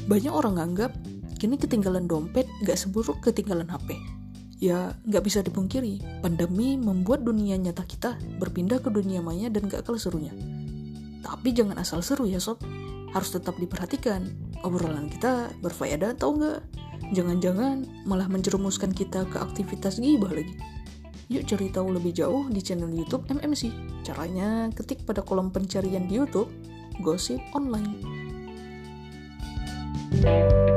Banyak orang nganggap kini ketinggalan dompet gak seburuk ketinggalan HP. Ya, gak bisa dipungkiri, pandemi membuat dunia nyata kita berpindah ke dunia maya dan gak kalah serunya. Tapi jangan asal seru ya sob, harus tetap diperhatikan. Obrolan kita berfaedah atau enggak? Jangan-jangan malah menjerumuskan kita ke aktivitas gibah lagi. Yuk cari tahu lebih jauh di channel YouTube MMC. Caranya ketik pada kolom pencarian di YouTube, Gosip Online.